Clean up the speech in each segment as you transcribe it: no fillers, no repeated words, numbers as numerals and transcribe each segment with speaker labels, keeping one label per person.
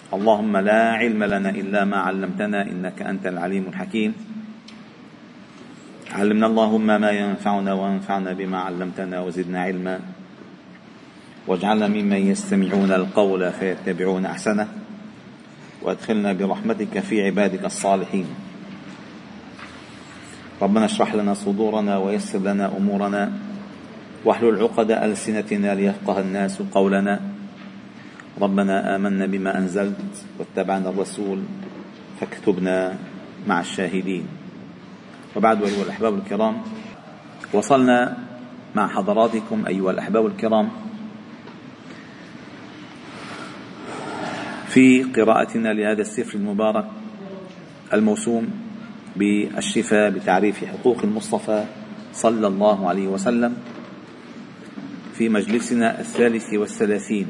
Speaker 1: اللهم لا علم لنا إلا ما علمتنا إنك أنت العليم الحكيم. علمنا اللهم ما ينفعنا وانفعنا بما علمتنا وزدنا علما، واجعلنا ممن يستمعون القول فيتبعون أحسنه، وادخلنا برحمتك في عبادك الصالحين. ربنا اشرح لنا صدورنا ويسر لنا أمورنا، واحلل عقد ألسنتنا ليفقه الناس قولنا. ربنا آمنا بما أنزلت واتبعنا الرسول فاكتبنا مع الشاهدين. وبعد، أيها الأحباب الكرام، وصلنا مع حضراتكم أيها الأحباب الكرام في قراءتنا لهذا السفر المبارك الموسوم بالشفاء بتعريف حقوق المصطفى صلى الله عليه وسلم، في مجلسنا 33،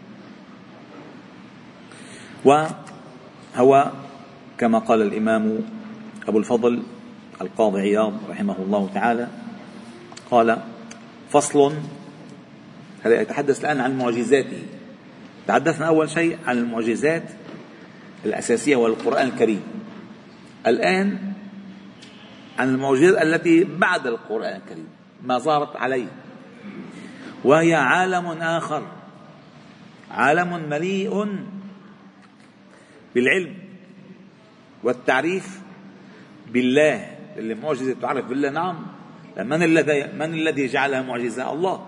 Speaker 1: وهو كما قال الإمام أبو الفضل القاضي عياض رحمه الله تعالى، قال: فصل. هذا يتحدث الآن عن معجزاته. تحدثنا أول شيء عن المعجزات الأساسية والقرآن الكريم، الآن عن المعجزات التي بعد القرآن الكريم، ما ظهرت عليه، وهي عالم آخر، عالم مليء بالعلم والتعريف بالله. اللي معجزة تعرف بالله، نعم. من الذي جعلها معجزة؟ الله.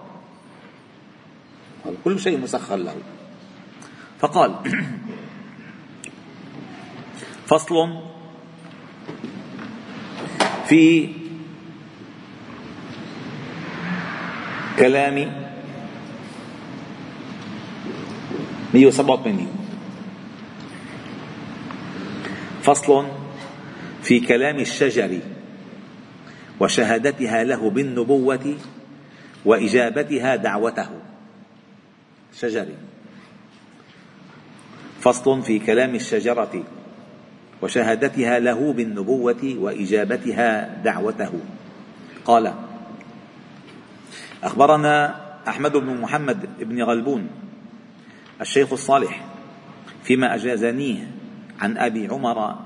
Speaker 1: كل شيء مسخر له. فقال: فصل في كلام 187. فصل في كلام الشجر وشهادتها له بالنبوة وإجابتها دعوته. شجر. فصل في كلام الشجرة وشهادتها له بالنبوة وإجابتها دعوته. قال: أخبرنا أحمد بن محمد بن غلبون الشيخ الصالح فيما أجازنيه عن أبي عمر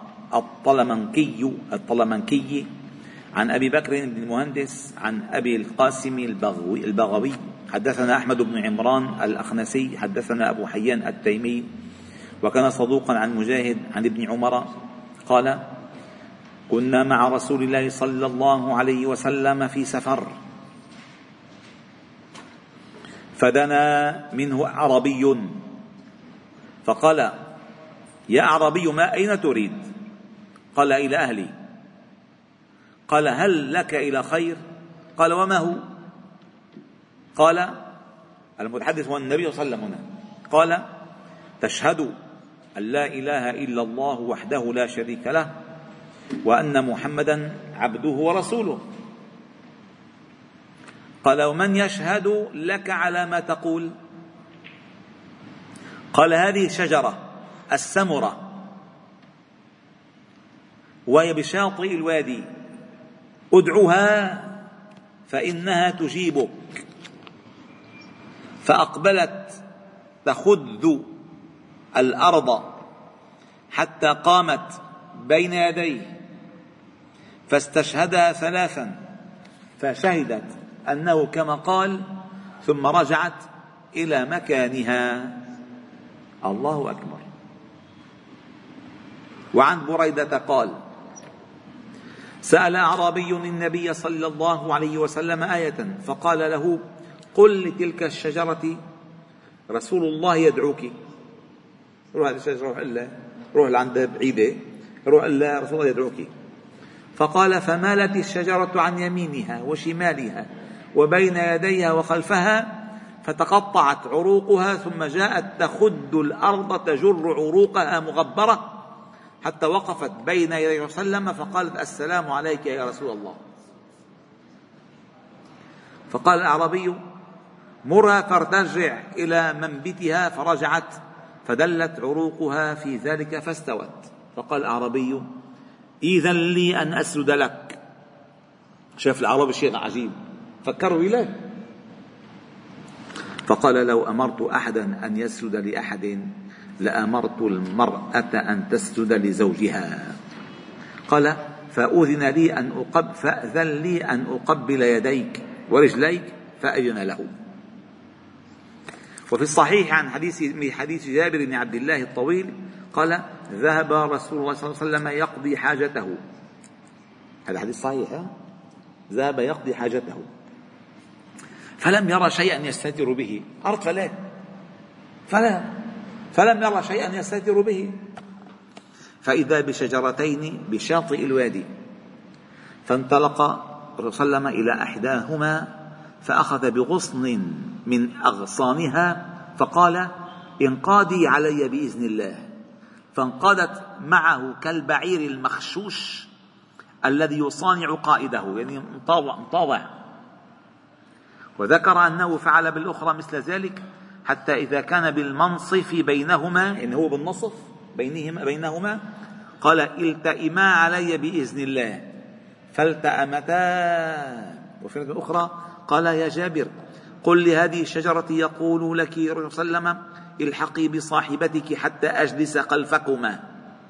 Speaker 1: الطلمنكي عن أبي بكر بن المهندس عن أبي القاسم البغوي. حدثنا أحمد بن عمران الأخنسي حدثنا أبو حيان التيمي وكان صدوقا عن مجاهد عن ابن عمر قال: كنا مع رسول الله صلى الله عليه وسلم في سفر، فدنا منه أعربي فقال: يا أعربي، ما أين تريد؟ قال: إلى أهلي. قال: هل لك إلى خير؟ قال: وما هو؟ قال: المتحدث هو النبي صلى الله عليه وسلم هنا. قال: تشهد أن لا إله إلا الله وحده لا شريك له وأن محمدا عبده ورسوله. قال: ومن يشهد لك على ما تقول؟ قال: هذه الشجرة السمرة وهي بشاطئ الوادي، ادعها فإنها تجيبك. فأقبلت تخذ الأرض حتى قامت بين يديه، فاستشهدها 3 فشهدت أنه كما قال، ثم رجعت إلى مكانها. الله أكبر. وعن بريدة قال: سأل أعرابي النبي صلى الله عليه وسلم آية فقال له: قل لتلك الشجرة رسول الله يدعوك. روح هذه الشجرة، روح لعند بعيدة، روح لها رسول الله يدعوك. فقال: فمالت الشجرة عن يمينها وشمالها وبين يديها وخلفها، فتقطعت عروقها، ثم جاءت تخد الأرض تجر عروقها مغبرة حتى وقفت بين يديه وسلم، فقالت: السلام عليك يا رسول الله. فقال الأعرابي: مرها فارتجع إلى منبتها. فرجعت فدلت عروقها في ذلك فاستوت. فقال الأعرابي: إذن لي أن أسجد لك. شاف الأعرابي شيء عجيب، فكروا إليه. فقال: لو أمرت أحدا أن يسجد لأحد لأمرت المرأة أن تسجد لزوجها. قال فأذن لي فأذن لي أن أقبل يديك ورجليك فأذن له. وفي الصحيح عن حديث جابر بن عبد الله الطويل قال ذهب رسول الله صلى الله عليه وسلم يقضي حاجته. هذا حديث صحيح. ذهب يقضي حاجته فلم يرى شيئا يستتر به. أرقلت فلم يرى شيئا يستتر به، فإذا بشجرتين بشاطئ الوادي، فانطلق الرسول صلى الله عليه وسلم إلى إحداهما فأخذ بغصن من أغصانها فقال انقادي علي بإذن الله، فانقادت معه كالبعير المخشوش الذي يصانع قائده، يعني مطاوع. وذكر أنه فعل بالأخرى مثل ذلك حتى إذا كان بالمنصف بينهما، يعني هو بالنصف بينهما قال التئما علي بإذن الله فالتأمتا. وفي الأخرى قال يا جابر قل لهذه الشجرة يقول لك صلى الله عليه وسلم الحقي بصاحبتك حتى أجلس خلفكما،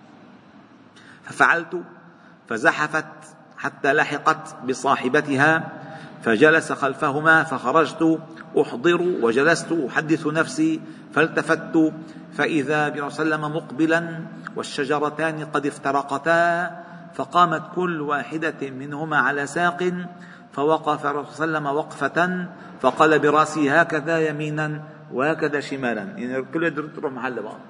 Speaker 1: ففعلت فزحفت حتى لحقت بصاحبتها فجلس خلفهما، فخرجت أحضر وجلست أحدث نفسي، فالتفت فإذا برسول صلى الله عليه وسلم مقبلا والشجرتان قد افترقتا، فقامت كل واحدة منهما على ساق، فوقف الرسول صلى الله عليه وسلم وقفة فقال برأسه هكذا يمينا وهكذا شمالا، يعني كل يد تروح محل بعض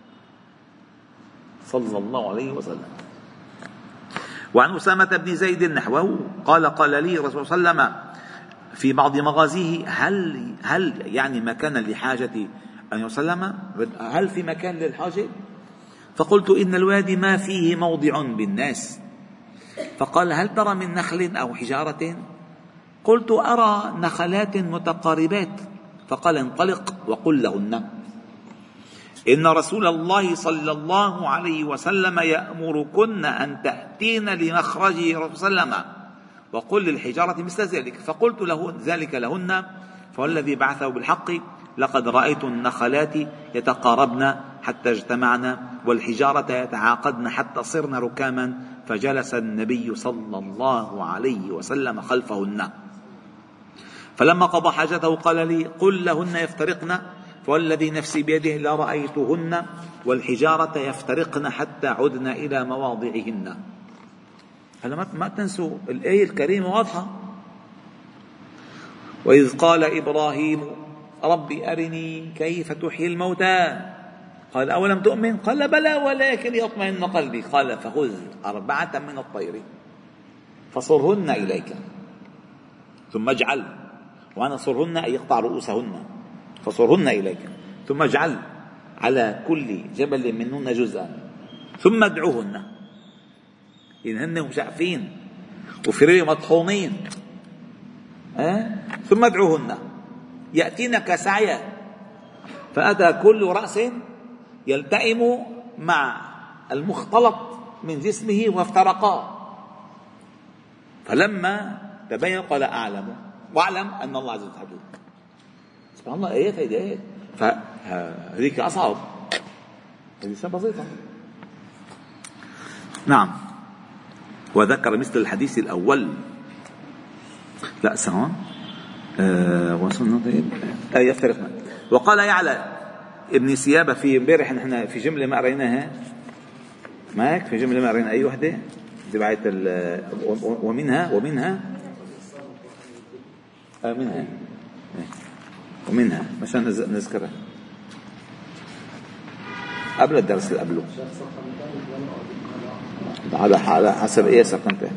Speaker 1: صلى الله عليه وسلم. وعن أسامة بن زيد نحوه قال لي الرسول صلى الله عليه وسلم في بعض مغازيه هل يعني مكانا لحاجة أن يسلم، هل في مكان للحاجة؟ فقلت إن الوادي ما فيه موضع بالناس. فقال هل ترى من نخل أو حجارة؟ قلت أرى نخلات متقاربات. فقال انطلق وقل لهن إن رسول الله صلى الله عليه وسلم يأمركن أن تأتين لمخرجه صلى الله عليه وسلم، وقل للحجارة مثل ذلك. فقلت له ذلك لهن فوالذي بعثه بالحق لقد رأيت النخلات يتقاربن حتى اجتمعن والحجارة يتعاقدن حتى صرن ركاما، فجلس النبي صلى الله عليه وسلم خلفهن. فلما قضى حاجته قال لي قل لهن يفترقن، فوالذي نفسي بيده لرأيتهن والحجارة يفترقن حتى عدن إلى مواضعهن. هلا ما تنسوا الآية الكريمة واضحة. وإذ قال إبراهيم ربي أرني كيف تحيي الموتى قال أولم تؤمن قال بلى ولكن يطمئن قلبي قال فخذ 4 من الطير فصرهن إليك ثم اجعل، وأنا صرهن أي يقطع رؤوسهن، فصرهن إليك ثم اجعل على كل جبل منهن جزءا ثم ادعوهن، إن هن مشعفين وفي مطحونين ثم ادعوهن يأتينك سعيا، فأتى كل رأس يلتئم مع المختلط من جسمه وافترقا، فلما تبين قال أعلم واعلم أن الله عز وجل. سبحان الله، آيات آيات، فهذيك أصعب، هذه بسيطة. نعم. وذكر مثل الحديث الأول لا سهون يفترقنا. وقال يعلى ابن سيابة في امبارح نحن في جملة ما قريناها معك، في جملة ما قرينا أي وحدة تبعت ومنها مشان نذكرها قبل الدرس اللي قبله على حسب ايه سكنته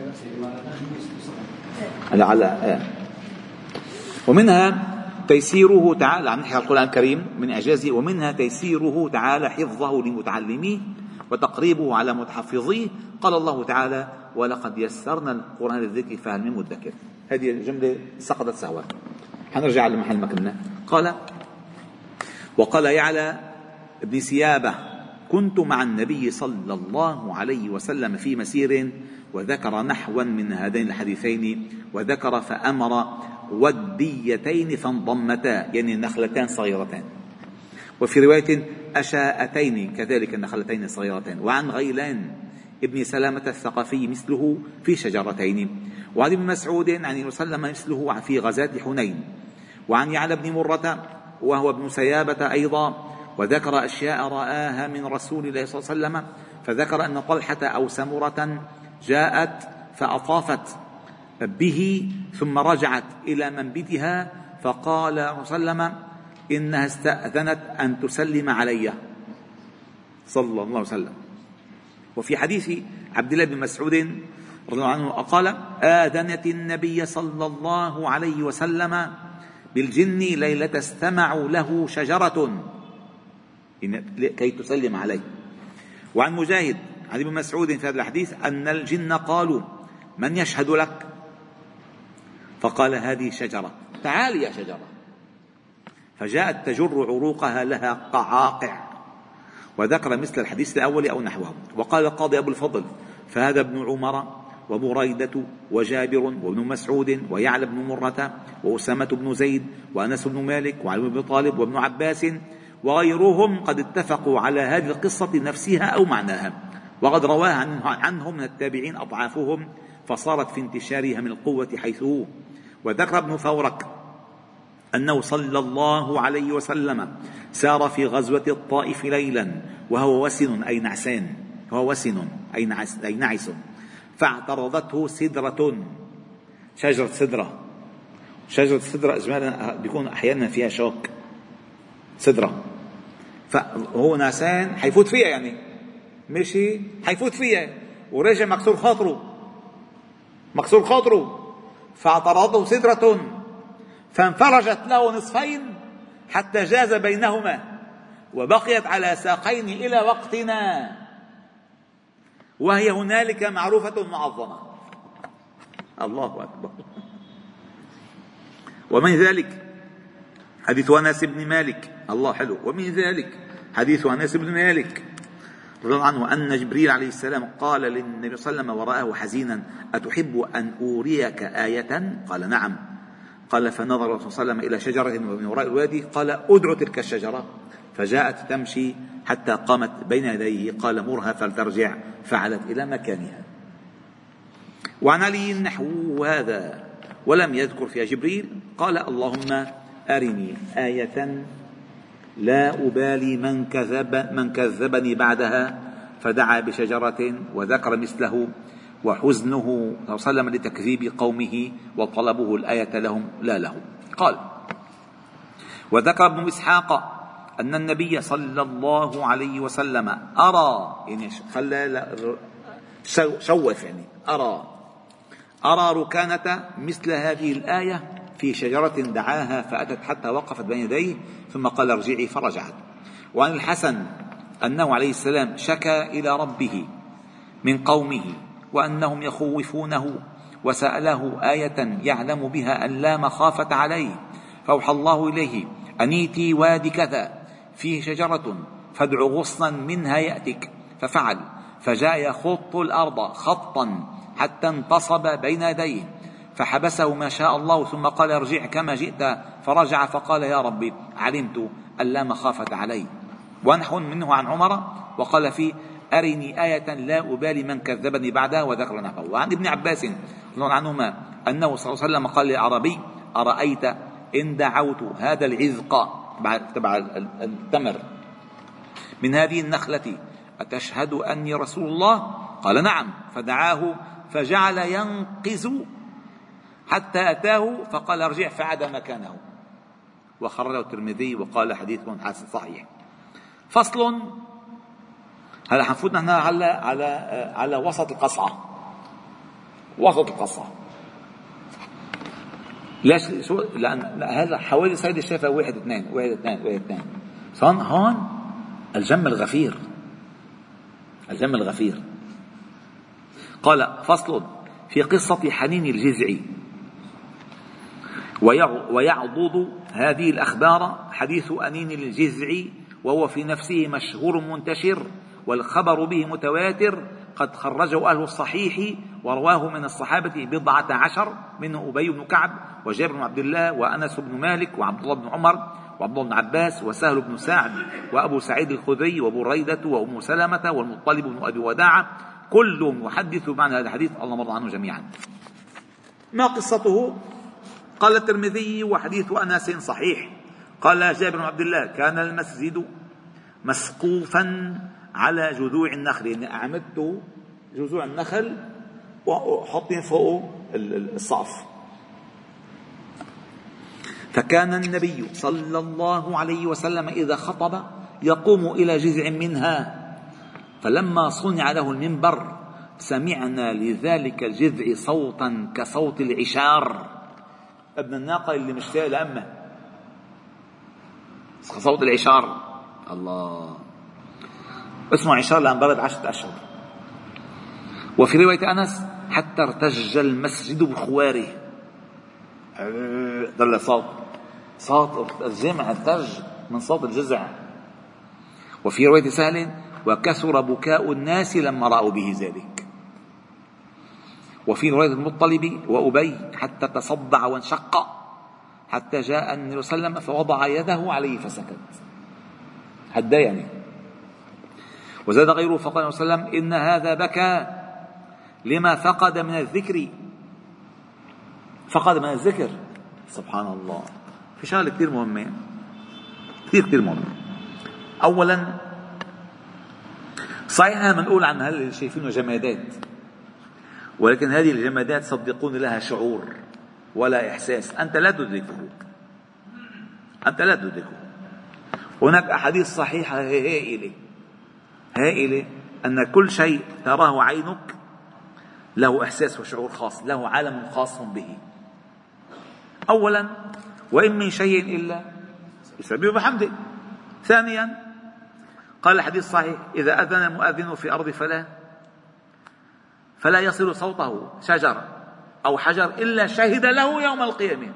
Speaker 1: على ومنها تيسيره تعالى عن نحو القرآن الكريم من إعجازه، ومنها تيسيره تعالى حفظه لمتعلميه وتقريبه على متحفظيه. قال الله تعالى ولقد يسرنا القرآن للذكر فهل من مدكر. هذه الجملة سقطت سهوا، حنرجع لمحل ما كنا. وقال يعلى ابن سيابة كنت مع النبي صلى الله عليه وسلم في مسير، وذكر نحوا من هذين الحديثين، وذكر فأمر وديتين فانضمتا، يعني نخلتان صغيرتان. وفي رواية أشاءتين كذلك النخلتين صغيرتين. وعن غيلان ابن سلامة الثقفي مثله في شجرتين. وعن ابن مسعود عن النبي صلى الله عليه وسلم مثله في غزاة حنين. وعن يعلى بن مرة وهو ابن سيابة أيضا، وذكر أشياء رآها من رسول الله صلى الله عليه وسلم، فذكر أن طلحة أو سمرة جاءت فأطافت به ثم رجعت إلى منبتها، فقال صلى الله عليه وسلم إنها استأذنت أن تسلم علي صلى الله عليه وسلم. وفي حديث عبد الله بن مسعود رضي الله عنه قال آذنت النبي صلى الله عليه وسلم بالجن ليلة استمع له شجرة كي تسلم عليه. وعن مجاهد عن ابن مسعود في هذا الحديث أن الجن قالوا من يشهد لك؟ فقال هذه شجرة، تعالي يا شجرة، فجاءت تجر عروقها لها قعاقع، وذكر مثل الحديث الأول أو نحوه. وقال القاضي أبو الفضل فهذا ابن عمر وبريدة وجابر وابن مسعود ويعلى بن مرة وأسامة بن زيد وأنس بن مالك وعلي بن طالب وابن عباس وغيرهم قد اتفقوا على هذه القصة نفسها أو معناها، وقد رواها عنهم من التابعين أضعافهم، فصارت في انتشارها من القوة حيث هو. وذكر ابن فورك أنه صلى الله عليه وسلم سار في غزوة الطائف ليلا وهو وسن أي نعسان، هو وسن أي نعس، فاعترضته سدرة، شجرة سدرة. شجرة السدرة إجمالا بيكون أحيانا فيها شوك، سدرة، فهو نعسان حيفوت فيها، يعني مشي حيفوت فيها ورجع مكسور خاطره، فاعترضته سدرة فانفرجت له نصفين حتى جاز بينهما، وبقيت على ساقين إلى وقتنا، وهي هنالك معروفة معظمة. الله أكبر. ومن ذلك حديث أنس بن مالك، الله حلو. ومن ذلك حديث أنس بن مالك رضي الله عنه أن جبريل عليه السلام قال للنبي صلى الله عليه وسلم ورآه حزينا أتحب أن أوريك آية؟ قال نعم. قال فنظر الرسول صلى الله عليه وسلم إلى شجرة من وراء الوادي، قال أدعو تلك الشجرة، فجاءت تمشي حتى قامت بين يديه، قال مرها فلترجع، فعلت إلى مكانها. وعن علي نحو هذا ولم يذكر فيها جبريل، قال اللهم أرني آية لا أبالي من كذبني بعدها، فدعا بشجرة وذكر مثله، وحزنه صلى الله عليه وسلم لتكذيب قومه وطلبه الآية لهم لا له. قال وذكر ابن إسحاق أن النبي صلى الله عليه وسلم أرى، يعني شوف، يعني أرى ركانة مثل هذه الآية في شجرة دعاها فأتت حتى وقفت بين يديه ثم قال ارجعي فرجعت. وعن الحسن أنه عليه السلام شكى إلى ربه من قومه وأنهم يخوفونه، وسأله آية يعلم بها أن لا مخافة عليه، فأوحى الله إليه أن ائتي وادي كذا فيه شجرة فادع غصنا منها يأتك، ففعل، فجاء يخط الأرض خطا حتى انتصب بين يديه، فحبسه ما شاء الله ثم قال ارجع كما جئت، فرجع فقال يا ربي علمت أن لا مخافة علي. ونحو منه عن عمر وقال فيه أرني آية لا أبالي من كذبني بعدها، وذكر نحوه. وعن ابن عباس رضي الله عنهما أنه صلى الله عليه وسلم قال لأعرابي أرأيت إن دعوت هذا العذق تبع التمر من هذه النخلة أتشهد أني رسول الله؟ قال نعم، فدعاه فجعل ينقز حتى أتاه فقال ارجع فعاد مكانه، وخرجه الترمذي وقال حديث حسن صحيح. فصل. هلا حنفوت نحن على وسط القصعة. ليش؟ لأن هذا حوالي صيد الشفا 1 2 صان هون الجم الغفير. قال فصل في قصة حنين الجذع. ويعضد هذه الأخبار حديث أنين الجذع، وهو في نفسه مشهور منتشر، والخبر به متواتر، قد خرجه أهل الصحيح ورواه من الصحابة 17 منه أبي بن كعب وجابر بن عبد الله وأنس بن مالك وعبد الله بن عمر وعبد الله بن عباس وسهل بن سعد وأبو سعيد الخدري وأبو بريدة وأم سلمة والمطلب بن أبي وداعة كل يحدث معنى هذا الحديث، الله مرضى عنه جميعا. ما قصته؟ قال الترمذي وحديث أنس صحيح. قال جابر بن عبد الله كان المسجد مسقوفا على جذوع النخل، يعني أعمدت جذوع النخل وحطين فوق السقف. فكان النبي صلى الله عليه وسلم إذا خطب يقوم إلى جذع منها، فلما صنع له المنبر سمعنا لذلك الجذع صوتا كصوت العشار، ابن الناقة اللي مشتاق لأمه، صوت العشار. الله، اسمه عشار لأن برد 10 أشهر. وفي رواية أنس حتى ارتج المسجد بخواره، ضل صوت الجامع ارتج من صوت الجزع. وفي رواية سهل وكثر بكاء الناس لما رأوا به ذلك. وفي رواية المطلب وأبي حتى تصدع وانشق، حتى جاء النبي صلى الله عليه وسلم فوضع يده عليه فسكت. هدا يعني. وزاد غيره فقال صلى الله عليه وسلم إن هذا بكى لما فقد من الذكر. فقد من الذكر، سبحان الله. في شغله كثير مهمه، كثير مهمه. اولا صحيح لما نقول عن هل شايفينه جمادات، ولكن هذه الجمادات صدقوني لها شعور ولا احساس، انت لا تدركه، انت لا تدركه. هناك احاديث صحيحه هائله ان كل شيء تراه عينك له احساس وشعور خاص، له عالم خاص به. اولا وان من شيء الا يسبح بحمده. ثانيا قال الحديث صحيح اذا اذن المؤذن في ارض فلا يصل صوته شجر او حجر الا شهد له يوم القيامه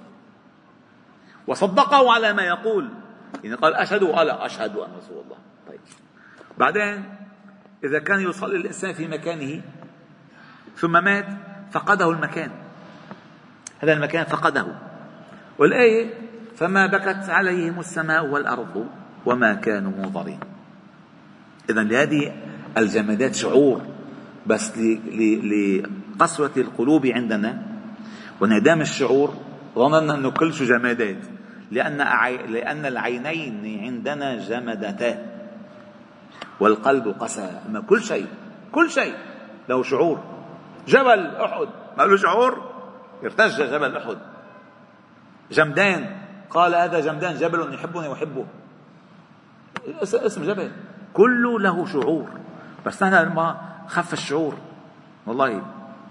Speaker 1: وصدقه على ما يقول. يعني قال اشهد، وقال اشهد ان رسول الله. طيب بعدين اذا كان يصلي الانسان في مكانه ثم مات فقده المكان، هذا المكان فقده. والآية فما بكت عليهم السماء والأرض وما كانوا منظرين. إذن لهذه الجمادات شعور، بس لقسوة القلوب عندنا وانعدام الشعور ظننا أنه كل شيء جمادات، لأن العينين عندنا جمدتان والقلب قسى. أما كل شيء له شعور. جبل أحد ما له شعور؟ ارتج جبل أحد. جمدان قال هذا جمدان جبل يحبني ويحبه، اسم جبل، كله له شعور. بس نحن لما خف الشعور، والله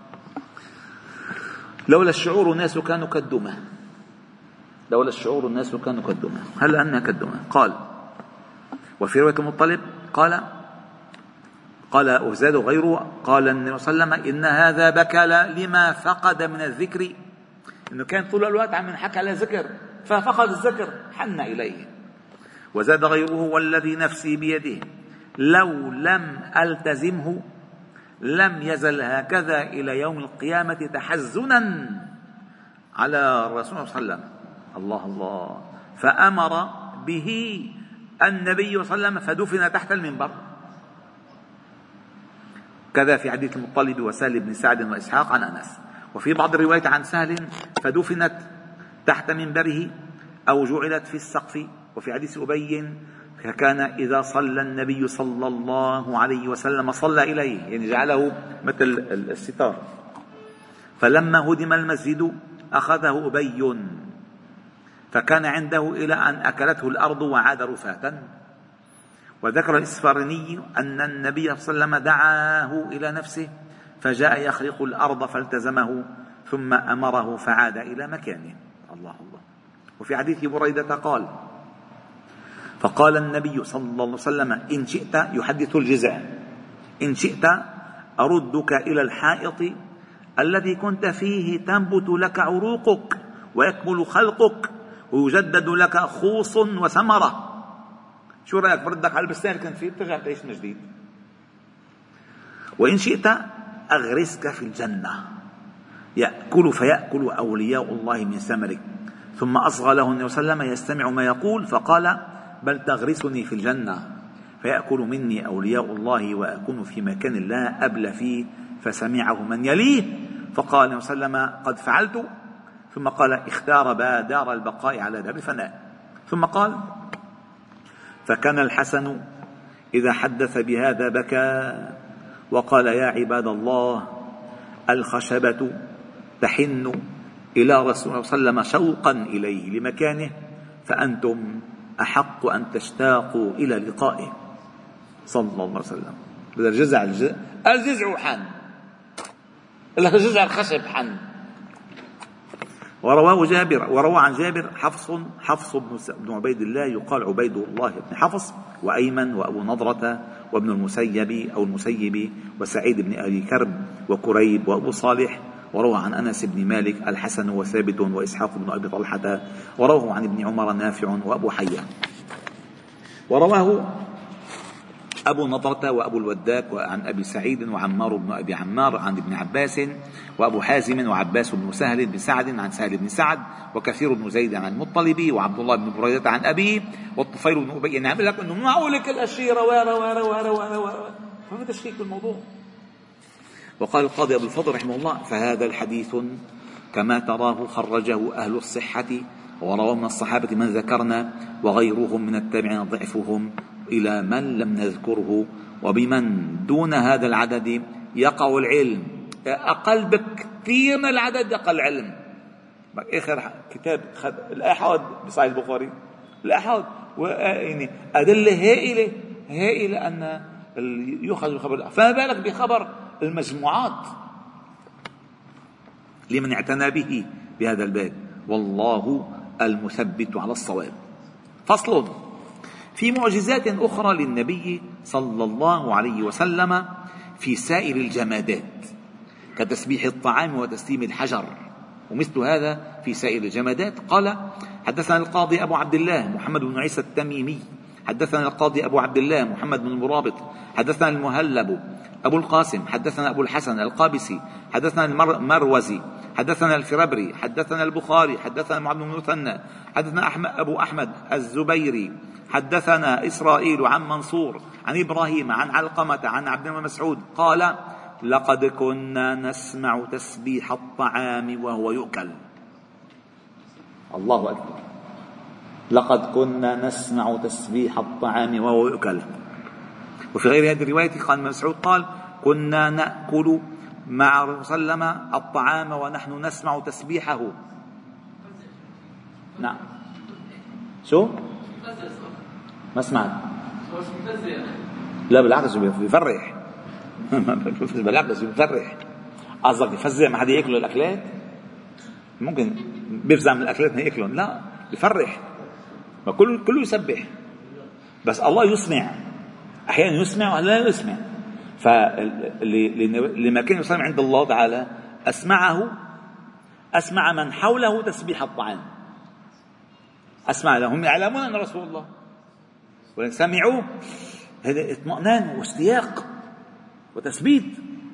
Speaker 1: لولا الشعور الناس كانوا كالدمى، لولا الشعور الناس كانوا كالدمى، هل أنها كالدمى. قال وفي رواية المطلب قال وزاد غيره قال النبي صلى الله عليه وسلم إن هذا بكى لما فقد من الذكر، إنه كان طول الوقت عم ينحكى على ذكر ففقد الذكر حن إليه. وزاد غيره والذي نفسي بيده لو لم ألتزمه لم يزل هكذا إلى يوم القيامة تحزنا على الرسول صلى الله عليه وسلم. الله. فأمر به النبي صلى الله عليه وسلم فدفن تحت المنبر. كذا في حديث المطلب وسهل بن سعد وإسحاق عن أنس. وفي بعض الروايات عن سهل فدفنت تحت منبره أو جعلت في السقف. وفي حديث أبي كان إذا صلى النبي صلى الله عليه وسلم صلى إليه، يعني جعله مثل الستار. فلما هدم المسجد أخذه أبي فكان عنده إلى أن أكلته الأرض وعاد رفاتا. وذكر الإسفاريني أن النبي صلى الله عليه وسلم دعاه إلى نفسه فجاء يخرق الأرض فالتزمه ثم أمره فعاد إلى مكانه. الله. وفي حديث بريدة قال فقال النبي صلى الله عليه وسلم إن شئت، يحدث الجزع، إن شئت أردك إلى الحائط الذي كنت فيه تنبت لك عروقك ويكمل خلقك ويجدد لك خوص وثمرة. شو رأيك بردك على البستان كنت فيه بترجع تعيش من جديد. وإن شئت أغرسك في الجنة فيأكل أولياء الله من ثمرك ثم أصغى له النبي صلى الله عليه وسلم يستمع ما يقول، فقال: بل تغرسني في الجنة، فيأكل مني أولياء الله وأكون في مكان لا أبل فيه. فسمعه من يليه، فقال النبي صلى الله عليه وسلم: قد فعلت. ثم قال: اختار دار البقاء على دار الفناء. ثم قال: فكان الحسن إذا حدث بهذا بكى وقال: يا عباد الله، الخشبة تحن إلى رسول الله صلى الله عليه وسلم شوقا إليه لمكانه، فأنتم أحق أن تشتاقوا إلى لقائه صلى الله عليه وسلم. بدل الجزع حن، الجزع الخشب حن. وروى عن جابر حفص بن عبيد الله، يقال عبيد الله بن حفص، وأيمن، وأبو نضرة، وابن المسيب وسعيد بن أبي كرب، وكريب، وأبو صالح. وروى عن أنس بن مالك الحسن وثابت وإسحاق بن أبي طلحة. ورواه عن ابن عمر نافع وأبو حية. ورواه أبو نضرة وأبو الوداك عن أبي سعيد وعمار بن أبي عمار عن ابن عباس، وأبو حازم وعباس بن سهل بن سعد عن سهل بن سعد، وكثير بن زيد عن المطلب، وعبد الله بن بريدة عن أبيه، والطفيل بن أبي. يعني عم لك أنه معقول كل الأشياء فما تشكيك بالموضوع. وقال القاضي أبو الفضل رحمه الله: فهذا الحديث كما تراه خرجه أهل الصحة، وروى من الصحابة من ذكرنا، وغيرهم من التابعين ضعفهم إلى من لم نذكره. وبمن دون هذا العدد يقع العلم، أقل بكثير من العدد يقع العلم. آخر كتاب الآحاد بصحيح البخاري، الآحاد يعني أدلة هائلة أن يؤخذ الخبر، فما بالك بخبر المجموعات لمن اعتنى به بهذا الباب. والله المثبت على الصواب. فصل: في معجزات أخرى للنبي صلى الله عليه وسلم في سائر الجمادات، كتسبيح الطعام وتسليم الحجر، ومثل هذا في سائر الجمادات. قال: حدثنا القاضي أبو عبد الله محمد بن عيسى التميمي، حدثنا القاضي أبو عبد الله محمد بن المرابط، حدثنا المهلب أبو القاسم، حدثنا أبو الحسن القابسي، حدثنا المروزي، حدثنا الفربري، حدثنا البخاري، حدثنا معاذ بن المثنى، حدثنا أبو أحمد الزبيري، حدثنا إسرائيل عن منصور عن إبراهيم عن علقمة عن عبد الله بن مسعود قال: لقد كنا نسمع تسبيح الطعام وهو يؤكل. الله أكبر. لقد كنا نسمع تسبيح الطعام وهو يؤكل. وفي غير هذه الرواية قال ابن مسعود قال: كنا نأكل مع رسول الله صلى الله عليه وسلم الطعام ونحن نسمع تسبيحه. نعم. شو؟ ما سمعت. لا بالعكس بيفرح. بالعكس بيفرح. قصدك يفزع ما حدا ياكل الاكلات؟ ممكن بيفزع من الاكلات ما ياكلهم، لا بيفرح. ما كله يسبح، بس الله يسمع. احيانا يسمع ولا لا يسمع. فلما كان يسمع عند الله تعالى أسمع من حوله تسبيح الطعام، أسمع لهم يعلمون أن رسول الله، ولن سمعوا هذا اطمئنان واشتياق وتثبيت.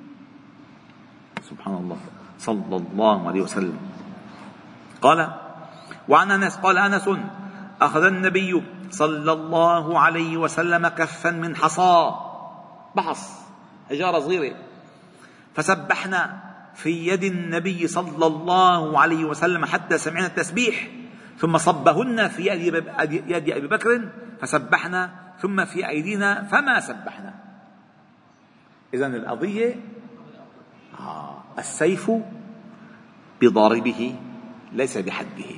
Speaker 1: سبحان الله صلى الله عليه وسلم. قال: وعن أنس قال أنس: أخذ النبي صلى الله عليه وسلم كفا من حصى، بحص حجارة صغيرة، فسبحنا في يد النبي صلى الله عليه وسلم حتى سمعنا التسبيح، ثم صبهن في يد أبي بكر فسبحنا، ثم في أيدينا فما سبحنا. إذن القضية السيف بضاربه ليس بحده،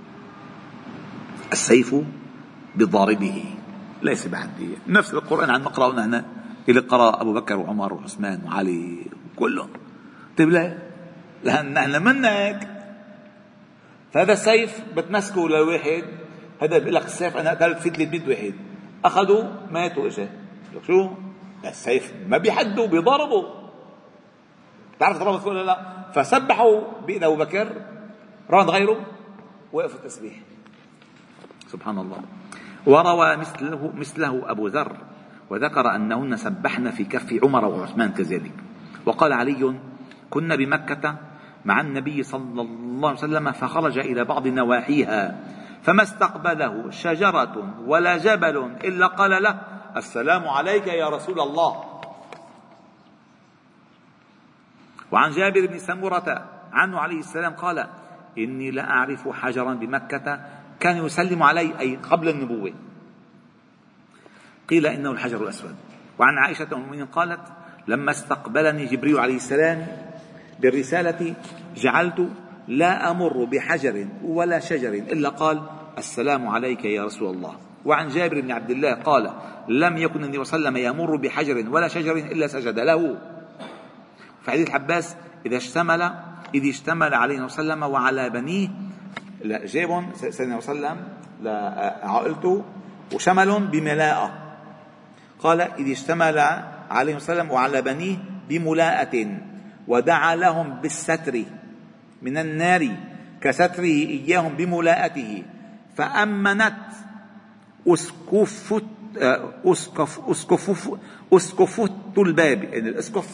Speaker 1: السيف بضاربه ليس بحده. نفس القرآن عن نقرأ هنا اللي قرأ أبو بكر وعمر وعثمان وعلي كلهم. طيب لا، لأن نحن منك. فهذا السيف بتمسكه لواحد، هذا بيقول لك السيف أنا قتلت في 300 واحد، أخذوا ماتوا. إيش شو السيف ما بيحدوا بيضربوا، تعرف ضربت ولا لا؟ فسبحوا بإيد أبو بكر، راد غيره وقف التسبيح. سبحان الله. وروى مثله أبو ذر وذكر أنهن سبحن في كف عمر وعثمان كذلك. وقال علي: كنا بمكة مع النبي صلى الله عليه وسلم فخرج إلى بعض نواحيها فما استقبله شجرة ولا جبل إلا قال له: السلام عليك يا رسول الله. وعن جابر بن سمرة عنه عليه السلام قال: إني لأعرف حجرا بمكة كان يسلم علي، أي قبل النبوة، قيل إنه الحجر الأسود. وعن عائشة أم المؤمنين قالت: لما استقبلني جبريل عليه السلام بالرسالة جعلت لا أمر بحجر ولا شجر إلا قال: السلام عليك يا رسول الله. وعن جابر بن عبد الله قال: لم يكن النبي صلى الله عليه وسلم يمر بحجر ولا شجر إلا سجد له. في حديث العباس: إذ اشتمل عليه صلى الله عليه وسلم وعلى بنيه، جابهم سيدنا صلى الله عليه وسلم لعائلته وشمل بملاءة. قال: إذ اشتمل عليه صلى الله عليه وسلم وعلى بنيه بملاءة ودعا لهم بالستر من النار كستره إياهم بملاءته، فأمنت أسكفت الباب، يعني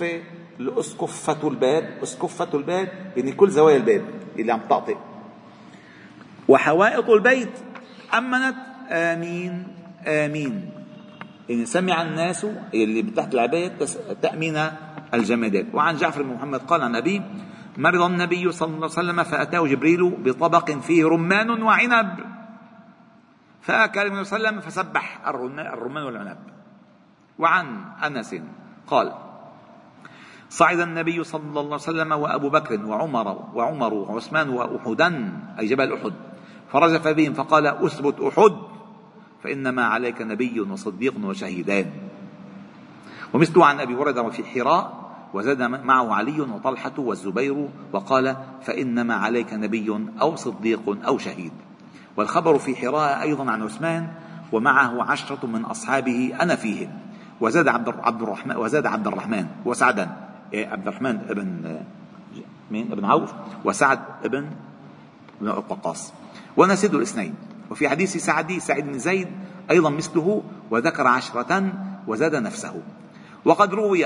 Speaker 1: أسكفة الباب يعني كل زوايا الباب اللي عم تطأطئ، وحوائط البيت أمنت آمين آمين، يعني سمع الناس اللي تحت العباية تأمين الجمادات. وعن جعفر بن محمد قال عن أبي: مرض النبي صلى الله عليه وسلم فأتاه جبريل بطبق فيه رمان وعنب فأكل النبي صلى الله عليه وسلم فسبح الرمان والعنب. وعن أنس قال: صعد النبي صلى الله عليه وسلم وأبو بكر وعمر وعثمان وأحدا، أي جبل أحد، فرجف بهم فقال: أثبت أحد فإنما عليك نبي وصديق وشهيدان. ومثله عن أبي هريرة في حراء وزاد معه علي وطلحة والزبير وقال: فإنما عليك نبي أو صديق أو شهيد. والخبر في حراء أيضا عن عثمان ومعه 10 من أصحابه أنا فيهم، وزاد عبد الرحمن وسعدا، عبد الرحمن ابن عوف وسعد ابن الوقاص، ونسد الاثنين. وفي حديث سعيد بن زيد أيضا مثله، وذكر 10 وزاد نفسه. وقد روي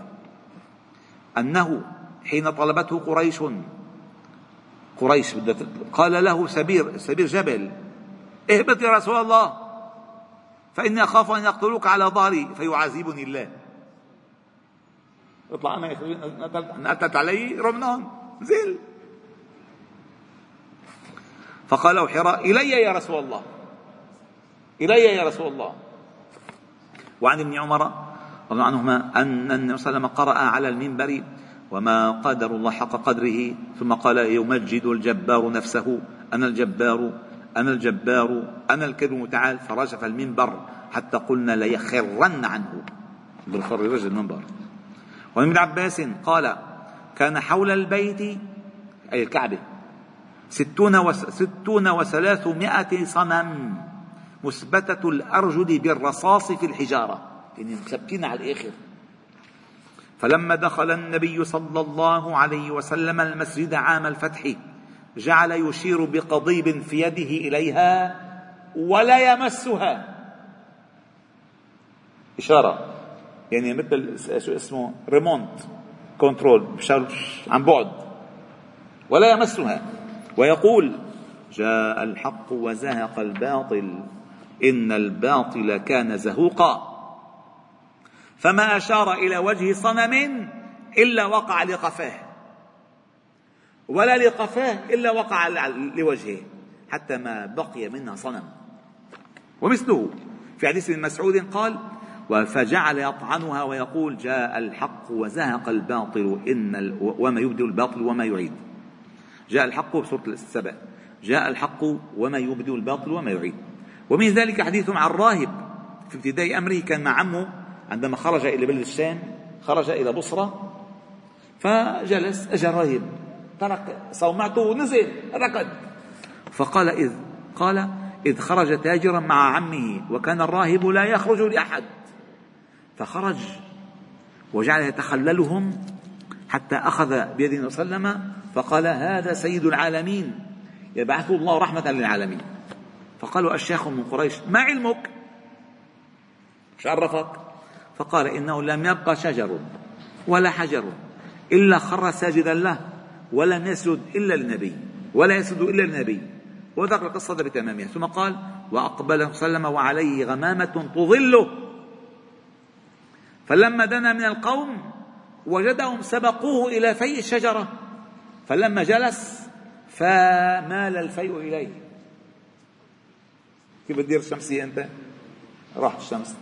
Speaker 1: أنه حين طلبته قريش قال له سبير جبل: اهبط يا رسول الله فإني أخاف أن يقتلوك على ظهري فيعذبني الله. اطلع أنا أتت علي رمنان نزل. فقال له حراء: إلي يا رسول الله، إلي يا رسول الله. وعن ابن عمر رضي الله عنهما أن النبي صلى الله عليه وسلم قرأ على المنبر: وما قدر الله حق قدره، ثم قال: يمجد الجبار نفسه، أنا الجبار أنا الجبار أنا الكبير المتعال، فرجف المنبر حتى قلنا ليخرن عنه، بالخر رجل المنبر. وعن ابن عباس قال: كان حول البيت أي الكعبة 60 و300 صنم مثبتة الأرجل بالرصاص في الحجارة، يعني مثبتين على الآخر. فلما دخل النبي صلى الله عليه وسلم المسجد عام الفتح جعل يشير بقضيب في يده إليها ولا يمسها، إشارة يعني مثل شو اسمه ريمونت كنترول عن بعد، ولا يمسها، ويقول: جاء الحق وزهق الباطل إن الباطل كان زهوقا. فما أشار إلى وجه صنم إلا وقع لقفاه، ولا لقفاه إلا وقع لوجهه، حتى ما بقي منها صنم. ومثله في حديث ابن مسعود قال: فجعل يطعنها ويقول: جاء الحق وزهق الباطل وما يبدئ الباطل وما يعيد. جاء الحق بسورة السبع، جاء الحق وما يبدئ الباطل وما يعيد. ومن ذلك حديث عن راهب في ابتداء أمره، كان مع عمه عندما خرج إلى بلد الشام، خرج إلى بصرة فجلس، أجى راهب ترك صومعته ونزل ركض، فقال إذ خرج تاجرا مع عمه وكان الراهب لا يخرج لأحد، فخرج وجعل يتخللهم حتى أخذ بيده وسلم فقال: هذا سيد العالمين يبعث الله رحمة للعالمين. فقالوا أشياخ من قريش: ما علمك؟ مش عرفك؟ فقال: إنه لم يبقى شجر ولا حجر إلا خر ساجدا له، ولم يسجد إلا للنبي، ولا يسجد إلا للنبي، وذكر القصة بتمامها. ثم قال: وأقبل صلى الله عليه وسلم وعليه غمامة تظله، فلما دنا من القوم وجدهم سبقوه إلى فيء الشجرة، فلما جلس فمال الفيء إليه. كيف بتدير الشمسية أنت؟ راح الشمس.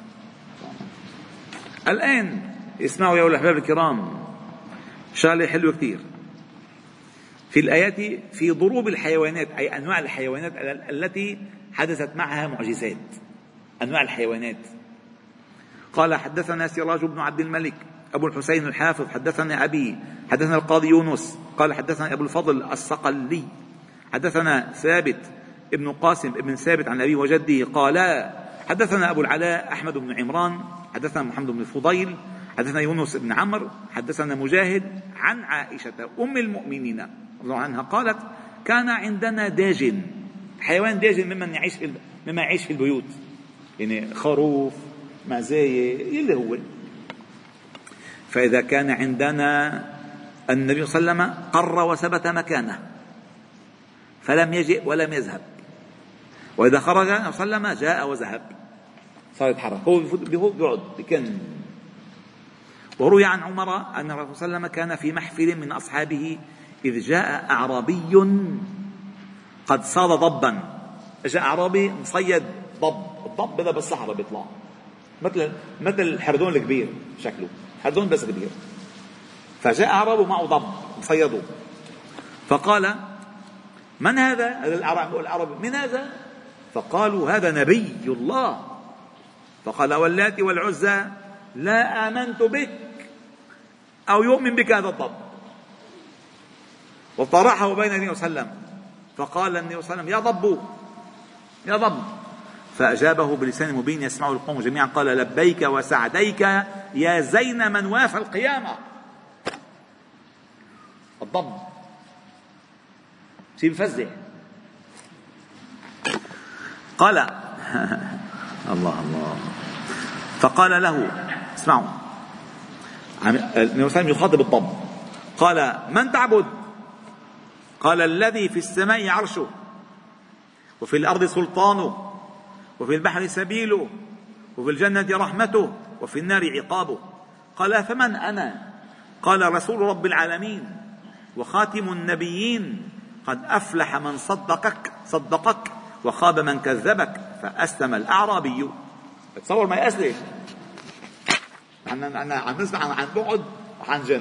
Speaker 1: الآن اسمعوا يا أولي الأحباب الكرام شغلة حلوة كتير في الآيات في ضروب الحيوانات، أي أنواع الحيوانات التي حدثت معها معجزات. أنواع الحيوانات. قال: حدثنا سراج بن عبد الملك أبو الحسين الحافظ حدثنا أبي حدثنا القاضي يونس قال: حدثنا أبو الفضل الصقلي حدثنا ثابت ابن قاسم ابن ثابت عن أبيه وجده قال: حدثنا أبو العلاء أحمد بن عمران حدثنا محمد بن الفضيل حدثنا يونس بن عمرو حدثنا مجاهد عن عائشة أم المؤمنين رضي الله عنها قالت: كان عندنا داجن، حيوان داجن مما يعيش في البيوت، يعني خروف، معزاية، اللي هو. فإذا كان عندنا النبي صلى الله عليه وسلم قر وثبت مكانه فلم يجئ ولم يذهب، وإذا خرج النبي صلى الله عليه وسلم جاء وذهب، صار يتحرك، هو بيقعد بكن. وروي عن عمر أن الرسول صلى الله عليه وسلم كان في محفل من أصحابه إذ جاء أعرابي قد صاد ضبا. جاء أعرابي مصيد ضب، الضب هذا بالصحراء بيطلع مثل الحردون الكبير، شكله حردون بس كبير. فجاء أعرابي معه ضب مصيده، فقال: من هذا؟ هذا الأعرابي من هذا؟ فقالوا: هذا نبي الله. فقال: واللات والعزى لا آمنت بك أو يؤمن بك هذا الضب. وطرحه بين النبي صلى الله عليه وسلم، فقال النبي صلى الله عليه وسلم: يا ضب يا ضب. فأجابه بلسان مبين يسمعه القوم جميعا قال: لبيك وسعديك يا زين من وافى القيامة. الضب شيء بفزع. قال الله الله. فقال له: اسمعوا، النبي صلى الله عليه وسلم يخاطب الضب، قال: من تعبد؟ قال: الذي في السماء عرشه، وفي الأرض سلطانه، وفي البحر سبيله، وفي الجنة رحمته، وفي النار عقابه. قال: فمن أنا؟ قال: رسول رب العالمين وخاتم النبيين، قد أفلح من صدقك وخاب من كذبك. فأسلم الأعرابي. تصور ما يأسلم، عم نسمع عن بعد وعن جن.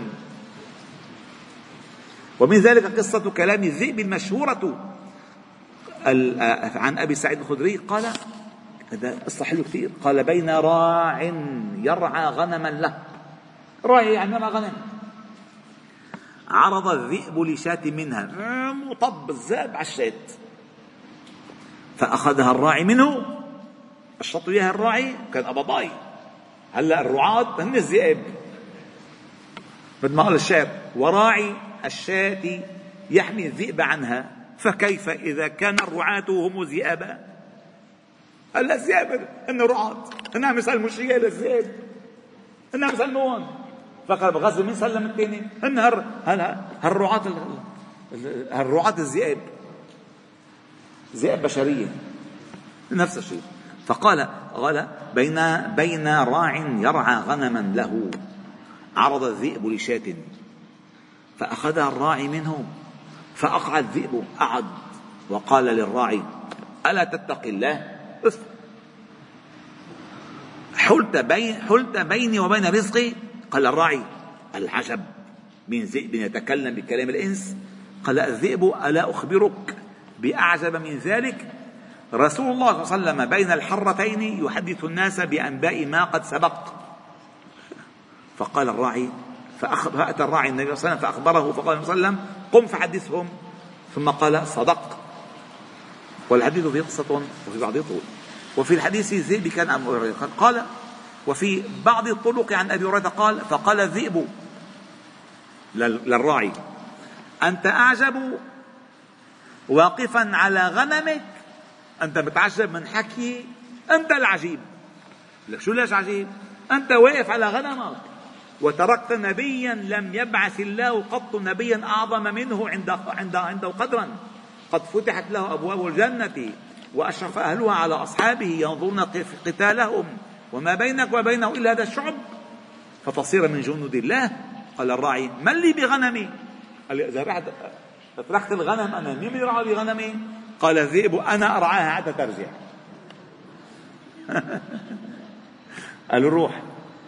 Speaker 1: ومن ذلك قصة كلام الذئب المشهورة عن أبي سعيد الخدري قال: هذا قصة حلوة كثير. قال: بين راع يرعى غنما له، راعي يعني يرعى غنم، عرض الذئب لشاة منها، وطب الذئب على الشاة، فأخذها الراعي منه، الشط وياها الراعي، كان أباباي. هلا الرعاة هن الذئاب، مثل ما قال الشاعر: وراعي الشاة يحمي الذئب عنها، فكيف إذا كان الرعاة هم ذئابا. هلا الذئاب هن رعاة، هن عم يسلموا شيء للذئاب، هن عم يسلمون. فقال بغزل مين سلم الثاني؟ هن الرعاة الذئاب، ذئاب بشرية نفس الشيء. فقال: بين راع يرعى غنما له، عرض الذئب لشاة، فأخذها الراعي منه، فأقعد الذئب، أعد، وقال للراعي: ألا تتقي الله؟ حلت بيني وبين رزقي. قال الراعي: العجب من ذئب يتكلم بكلام الإنس. قال الذئب: ألا أخبرك بأعجب من ذلك؟ رسول الله صلى الله عليه وسلم بين الحرتين يحدث الناس بأنباء ما قد سبق. فقال الراعي، فأتى الراعي النبي صلى الله عليه وسلم فأخبره، فقال النبي صلى الله عليه وسلم: قم فحدثهم. ثم قال: صدق. والحديث فيه قصة وفي بعضه طول. وفي الحديث الذئب كان أبو هريرة قال، وفي بعض الطرق عن أبي هريرة قال: فقال الذئب للراعي: أنت أعجب واقفا على غنمك، أنت متعجب من حكي، أنت العجيب. شو ليش عجيب؟ أنت واقف على غنمك، وتركت نبيا لم يبعث الله قط نبيا أعظم منه عنده قدرا، قد فتحت له أبواب الجنة وأشرف أهلها على أصحابه ينظرون قتالهم، وما بينك وبينه إلا هذا الشعب فتصير من جنود الله. قال الراعي: من لي بغنمي؟ قال: إذا رحت تركت الغنم أنا، مين يرعى بغنمي؟ قال: الذئب أنا أرعاها حتى ترجع. قال: روح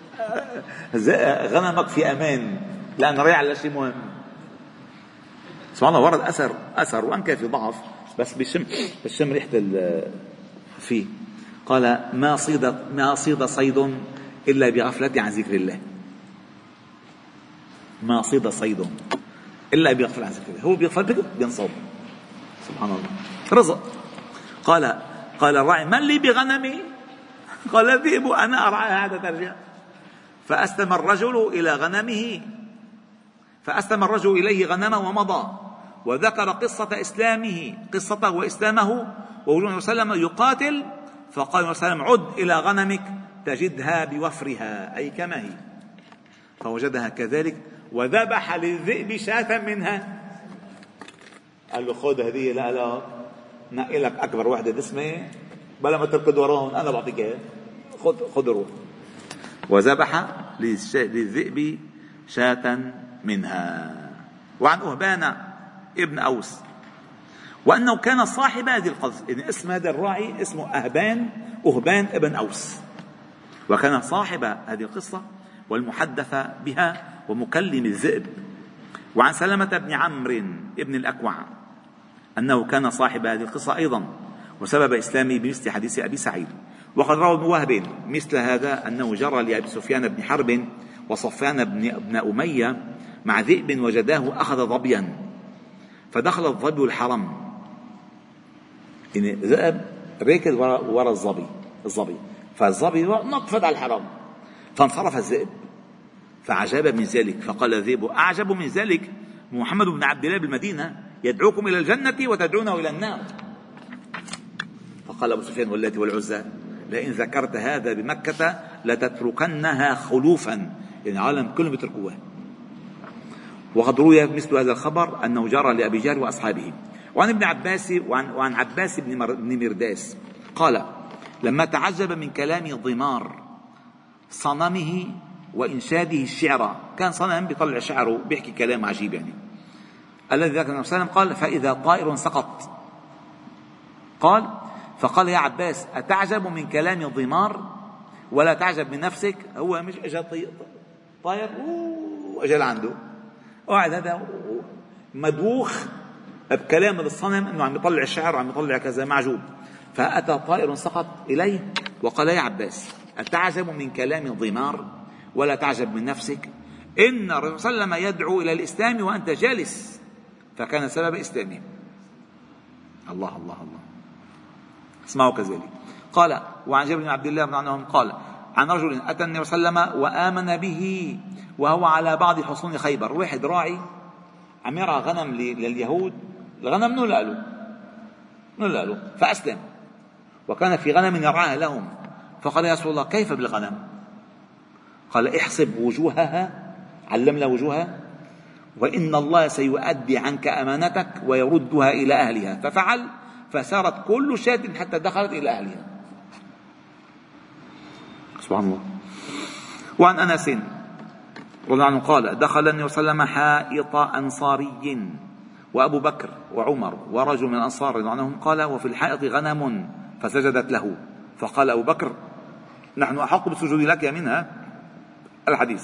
Speaker 1: غنمك في أمان، لأن رايح على شيء مهم. سبحان الله، ورد أثر وأن كان في ضعف، بس بشم ريحة فيه. قال: ما صيد صيد إلا بغفلة عن ذكر الله. ما صيد صيد إلا بغفلة عن ذكر الله. هو بيغفل بينصاب. سبحان الله، رزق. قال الراعي: من لي بغنمي؟ قال: الذئب أنا أرعاها حتى ترجع. فأسلم الرجل إليه غنمه ومضى، وذكر قصته وإسلامه ووجوده صلى الله عليه وسلم يقاتل. فقال صلى الله عليه وسلم: عد إلى غنمك تجدها بوفرها، أي كما هي. فوجدها كذلك وذبح للذئب شاة منها. قال له: خذ هدية لك، نقي لك أكبر وحدة دسمة، بلا ما تركض وراهم أنا بعطيك إياها، خذ روح. وذبح للذئب شاة منها. وعن أهبان ابن أوس وأنه كان صاحب هذه القصة، يعني اسم هذا الراعي اسمه أهبان ابن أوس، وكان صاحب هذه القصة والمحدث بها ومكلم الذئب. وعن سلمة بن عمرو ابن الأكوع أنه كان صاحب هذه القصة أيضا، وسبب إسلامه بمثل حديث أبي سعيد. وقد روى ابن وهب مثل هذا أنه جرى لأبي سفيان بن حرب وصفوان بن أمية مع ذئب وجداه أخذ ظبيا، فدخل الظبي الحرم، يعني ذئب ركض وراء الظبي، فالظبي نطفت على الحرم، فانصرف الذئب فعجب من ذلك. فقال الذئب: أعجب من ذلك محمد بن عبد الله بالمدينة يدعوكم إلى الجنة وتدعونه إلى النار. فقال أبو سفيان: واللات والعزى لئن ذكرت هذا بمكة لتتركنها خلوفا، يعني عالم كلهم يتركوها. وقد روي مثل هذا الخبر أنه جرى لأبي جهل وأصحابه. وعن ابن عباس وعن عباس بن مرداس قال: لما تعجب من كلام ضمار صنمه وإنشاده الشعر، كان صنم بيطلع شعره بيحكي كلام عجيب يعني، الذي ذكر النبي صلى الله عليه وسلم قال: فإذا طائر سقط. فقال: يا عباس أتعجب من كلام الضمار ولا تعجب من نفسك؟ هو مش اجى طاير واجى لعنده، قاعد هذا مدوخ بكلام الصنم انه عم يطلع الشعر وعم يطلع كذا، معجوب. فأتى طائر سقط إليه وقال: يا عباس أتعجب من كلام الضمار ولا تعجب من نفسك؟ إن الرسول صلى الله عليه وسلم يدعو إلى الإسلام وأنت جالس، فكان سبب إسلامه. الله الله الله، اسمعوا كذلك. قال: وعن جابر بن عبد الله رضي الله عنه قال: عن رجل أتى النبي صلى الله عليه وسلم وآمن به وهو على بعض حصون خيبر. واحد راعي عم يرعى غنم لليهود، الغنم نولى له فأسلم، وكان في غنم يرعاها لهم. فقال: يا رسول الله كيف بالغنم؟ قال: احسب وجوهها، علم له وجوهها، وإن الله سيؤدي عنك أمانتك ويردها إلى أهلها. ففعل، فسارت كل شاة حتى دخلت إلى أهلها. سبحان الله. وعن أنس رضي الله عنه قال: دخل النبي صلى الله عليه وسلم حائط أنصاري وأبو بكر وعمر ورجل من الأنصار رضي الله عنهم، قال: وفي الحائط غنم فسجدت له. فقال أبو بكر: نحن أحق بالسجود لك منها. الحديث.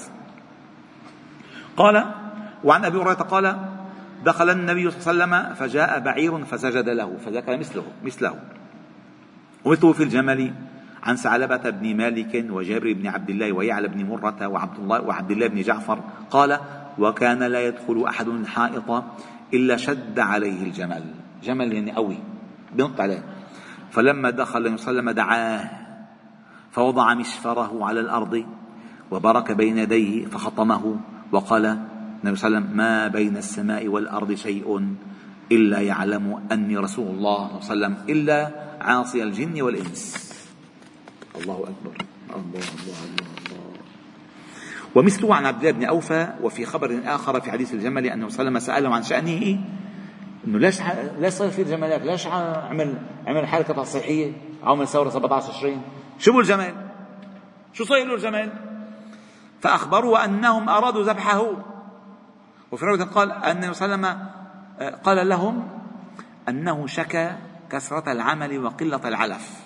Speaker 1: قال: وعن أبي هريرة قال: دخل النبي صلى الله عليه وسلم فجاء بعير فسجد له، فذكر مثله. ومثله في الجمل عن ثعلبة بن مالك وجابر بن عبد الله ويعلى بن مرة وعبد الله بن جعفر قال: وكان لا يدخل أحد الحائط إلا شد عليه الجمل. جمل يعني قوي بينط عليه. فلما دخل النبي صلى الله عليه وسلم دعاه فوضع مشفره على الأرض وبرك بين يديه فخطمه، وقال النبي صلى الله عليه وسلم: ما بين السماء والأرض شيء إلا يعلم أني رسول الله صلى الله عليه وسلم إلا عاصي الجن والإنس. الله أكبر، الله الله الله الله. ومثله عن عبد الله بن أوفى وفي خبر آخر في حديث الجمل أنه صلى الله عليه وسلم سأله عن شأنه، إنه ليش صار في الجمالات، ليش عمل حركة تصحيحية، عمل ثورة 17/20، شو بو الجمال، شو صاير له الجمال؟ فأخبروا أنهم أرادوا ذبحه. وفي رواية قال أن صلى الله عليه وسلم قال لهم أنه شكى كثرة العمل وقلة العلف.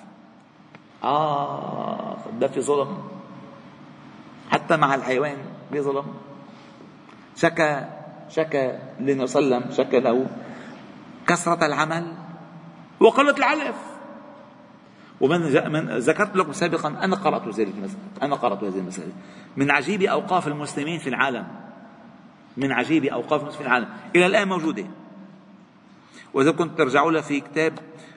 Speaker 1: ده في ظلم حتى مع الحيوان، بظلم. شكى للنبي صلى الله عليه وسلم، شكى له كثرة العمل وقلة العلف. من ذكرت لكم سابقا أنا قرأت هذه المسألة من عجيب أوقاف المسلمين في العالم، من عجيب أوقاف المسلمين في العالم إلى الآن موجودة. وإذا كنت ترجعوا له في كتاب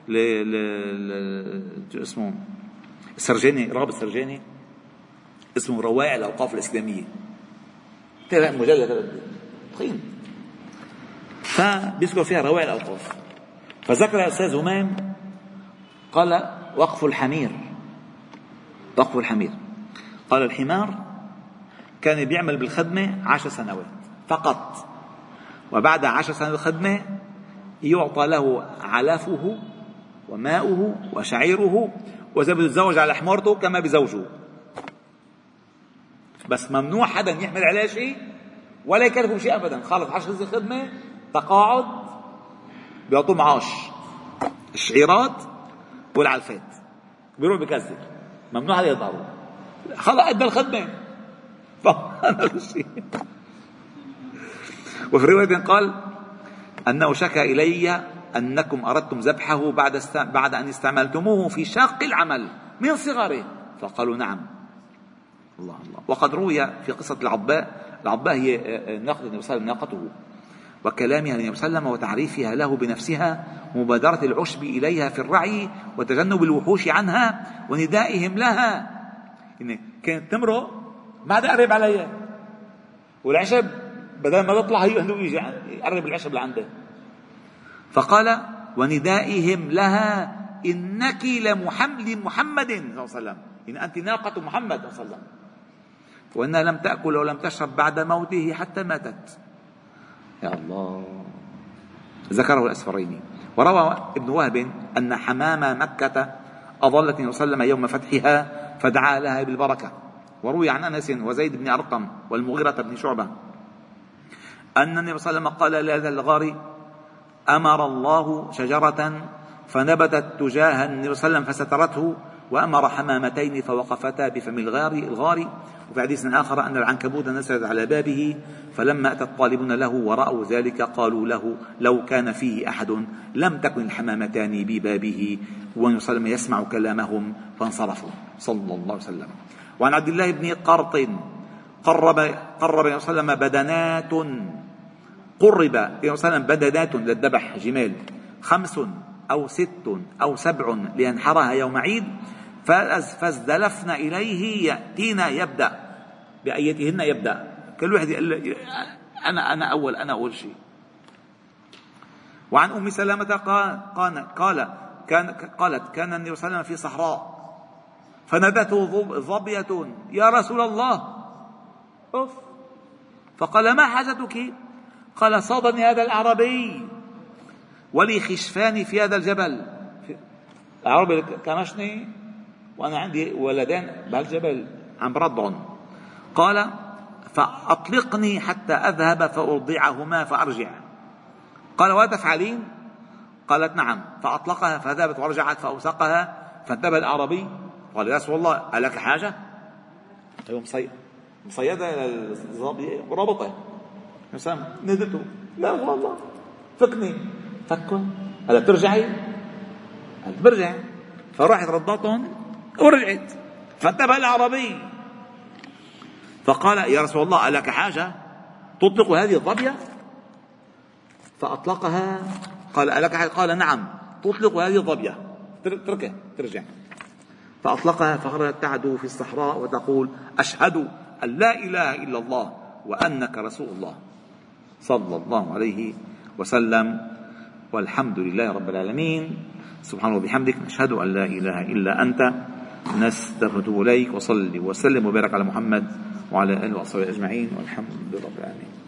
Speaker 1: اسمه السرجاني، رغب السرجاني، اسمه روائع الأوقاف الإسلامية، مجلد تخين، فبيذكر فيها روائع الأوقاف. فذكر الأستاذ همام قال وقف الحمير. قال الحمار كان بيعمل بالخدمة 10 سنوات فقط، وبعد 10 سنوات الخدمة يعطى له علفه وماؤه وشعيره، وإذا بده يتزوج على حمارته كما بزوجه، بس ممنوع حدا يحمل عليه شيء ولا يكلفه شيء أبدا. خلص 10 سنين خدمة تقاعد، بيعطوه معاش الشعيرات والعلفات، بيروح بكذب، ممنوع عليه يضعه، خلص أدى الخدمة. وفي رواية قال أنه شكى إلي أنكم أردتم ذبحه بعد أن استعملتموه في شاق العمل من صغره، فقالوا نعم. الله. وقد روي في قصة العضباء هي ناقة النبي صلى الله عليه وسلم، ناقته، وكلامها للنبي صلى الله عليه وسلم وتعريفها له بنفسها، ومبادرة العشب إليها في الرعي، وتجنب الوحوش عنها، وندائهم لها. إن كانت تمرق ما عاد قرب عليها، والعشب بدل ما تطلع يجي يقرب العشب لعنده. فقال وندائهم لها إنك لمحمد صلى الله عليه وسلم، إن أنت ناقة محمد صلى الله عليه وسلم، وإنها لم تأكل ولم تشرب بعد موته حتى ماتت. يا الله. ذكره الأسفريني. وروى ابن وهب أن حمام مكة أضلت النبي صلى الله عليه وسلم يوم فتحها فدعا لها بالبركة. وروي عن أنس وزيد بن أرقم والمغيرة بن شعبة أن النبي صلى الله عليه وسلم قال لهذا الغار أمر الله شجرة فنبتت تجاه النبي صلى الله عليه وسلم فسترته، وأمر حمامتين فوقفتا بفم الغار. وفي حديث آخر أن العنكبوت نزلت على بابه، فلما أتى الطالبون له ورأوا ذلك قالوا له لو كان فيه أحد لم تكن الحمامتان ببابه، والنبي صلى الله عليه وسلم يسمع كلامهم فانصرفوا صلى الله عليه وسلم. وعن عبد الله بن قرط قرب النبي صلى الله عليه وسلم بدنات، قرب النبي صلى الله عليه وسلم بدنات للذبح، جمال 5 أو 6 أو 7 لينحرها يوم عيد، فازدلفنا إليه يأتينا يبدأ بأيتهن يبدأ، كل واحد يقول أنا أول شيء. وعن أم سلامة قالت كان النبي صلى الله عليه وسلم في صحراء فنادته ظبية يا رسول الله، فقال ما حاجتك؟ قال صادني هذا الأعرابي ولي خشفان في هذا الجبل. الأعرابي كمشني وأنا عندي ولدان بهالجبل عم بردعن. قال فأطلقني حتى أذهب فأرضعهما فأرجع. قال ولا تفعلين؟ قالت نعم. فأطلقها فذهبت ورجعت فأوثقها، فانتبه الأعرابي قال يا رسول الله ألك حاجة؟ هو مصيدة الظابية ورابطة، ندته لا والله فكني، فكه هلا بترجعي؟ قالت برجع. فراحت رضتهم ورجعت، فانتبه الأعرابي فقال يا رسول الله ألك حاجة تطلق هذه الظبية؟ فأطلقها. قال ألك حاجة؟ قال نعم تطلق هذه الظبية، تركها ترجع. فأطلقها فخرجت تعدو في الصحراء وتقول أشهد أن لا إله إلا الله وأنك رسول الله صلى الله عليه وسلم. والحمد لله رب العالمين. سبحانه وبحمدك نشهد أن لا إله إلا أنت نستغفرك إليك. وصلي وسلم وبارك على محمد وعلى آله وصحبه أجمعين، والحمد لله رب العالمين.